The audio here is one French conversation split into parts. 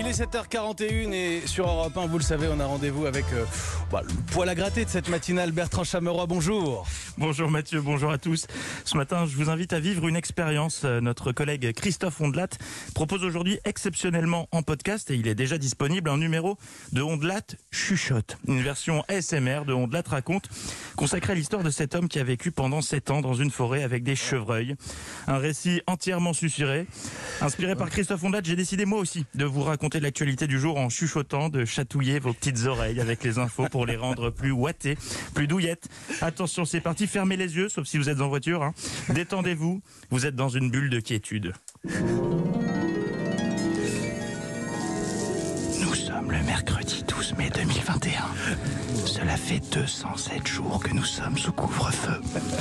Il est 7h41 et sur Europe 1, vous le savez, on a rendez-vous avec le poil à gratter de cette matinale. Bertrand Chameroy, bonjour. Bonjour Mathieu, bonjour à tous. Ce matin, je vous invite à vivre une expérience. Notre collègue Christophe Ondelat propose aujourd'hui exceptionnellement en podcast, et il est déjà disponible, un numéro de Ondelat Chuchote. Une version ASMR de Ondelat raconte, consacrée à l'histoire de cet homme qui a vécu pendant 7 ans dans une forêt avec des chevreuils. Un récit entièrement susurré. Inspiré par Christophe Ondelat, j'ai décidé moi aussi de vous raconter l'actualité du jour en chuchotant, de chatouiller vos petites oreilles avec les infos pour les rendre plus ouatées, plus douillettes. Attention, c'est parti, fermez les yeux, sauf si vous êtes en voiture. Détendez-vous, vous êtes dans une bulle de quiétude. Nous sommes le mercredi 12 mai 2021. Cela fait 207 jours que nous sommes sous couvre-feu.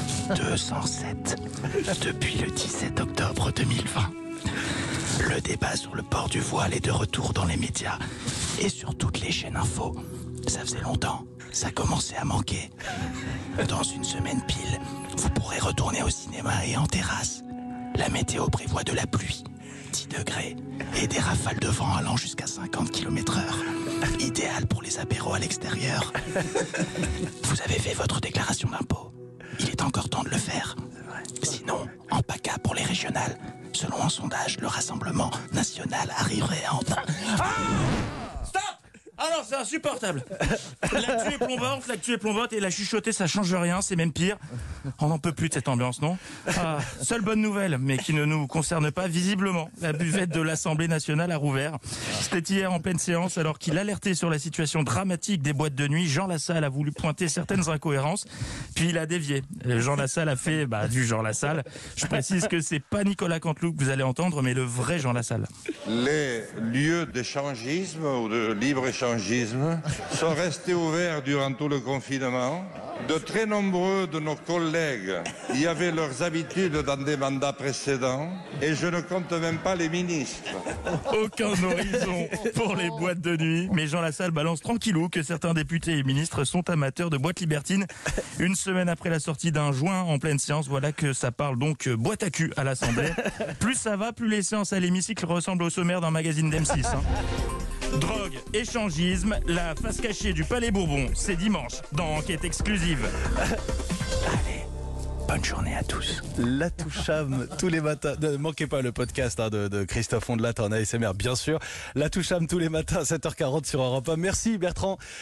207. Depuis le 17 octobre 2020. Le débat sur le port du voile est de retour dans les médias et sur toutes les chaînes info. Ça faisait longtemps, ça commençait à manquer. Dans une semaine pile, vous pourrez retourner au cinéma et en terrasse. La météo prévoit de la pluie, 10 degrés et des rafales de vent allant jusqu'à 50 km/h. Idéal pour les apéros à l'extérieur. Vous avez fait votre déclaration d'impôt. Il est encore temps de le faire. Sinon, en PACA pour les régionales. Selon un sondage, le Rassemblement national arriverait à entendre... Stop! Ah non, c'est insupportable. L'actu est plombante et la chuchoter, ça change rien, c'est même pire. On n'en peut plus de cette ambiance, non? Seule bonne nouvelle, mais qui ne nous concerne pas visiblement. La buvette de l'Assemblée nationale a rouvert. C'était hier en pleine séance, alors qu'il alertait sur la situation dramatique des boîtes de nuit. Jean Lassalle a voulu pointer certaines incohérences, puis il a dévié. Jean Lassalle a fait du Jean Lassalle. Je précise que c'est pas Nicolas Canteloup que vous allez entendre, mais le vrai Jean Lassalle. Les lieux d'échangisme ou de libre-échangisme sont restés ouverts durant tout le confinement. De très nombreux de nos collègues y avaient leurs habitudes dans des mandats précédents et je ne compte même pas les ministres. Aucun horizon pour les boîtes de nuit. Mais Jean Lassalle balance tranquillou que certains députés et ministres sont amateurs de boîtes libertines. Une semaine après la sortie d'un joint en pleine séance, voilà que ça parle donc boîte à cul à l'Assemblée. Plus ça va, plus les séances à l'hémicycle ressemblent au sommaire d'un magazine d'M6. Drogue, échangisme, la face cachée du Palais Bourbon, c'est dimanche, dans Enquête exclusive. Allez, bonne journée à tous. La Toucham tous les matins. Ne manquez pas le podcast de Christophe Ondelat en ASMR, bien sûr. La Toucham tous les matins à 7h40 sur Europe 1. Merci Bertrand.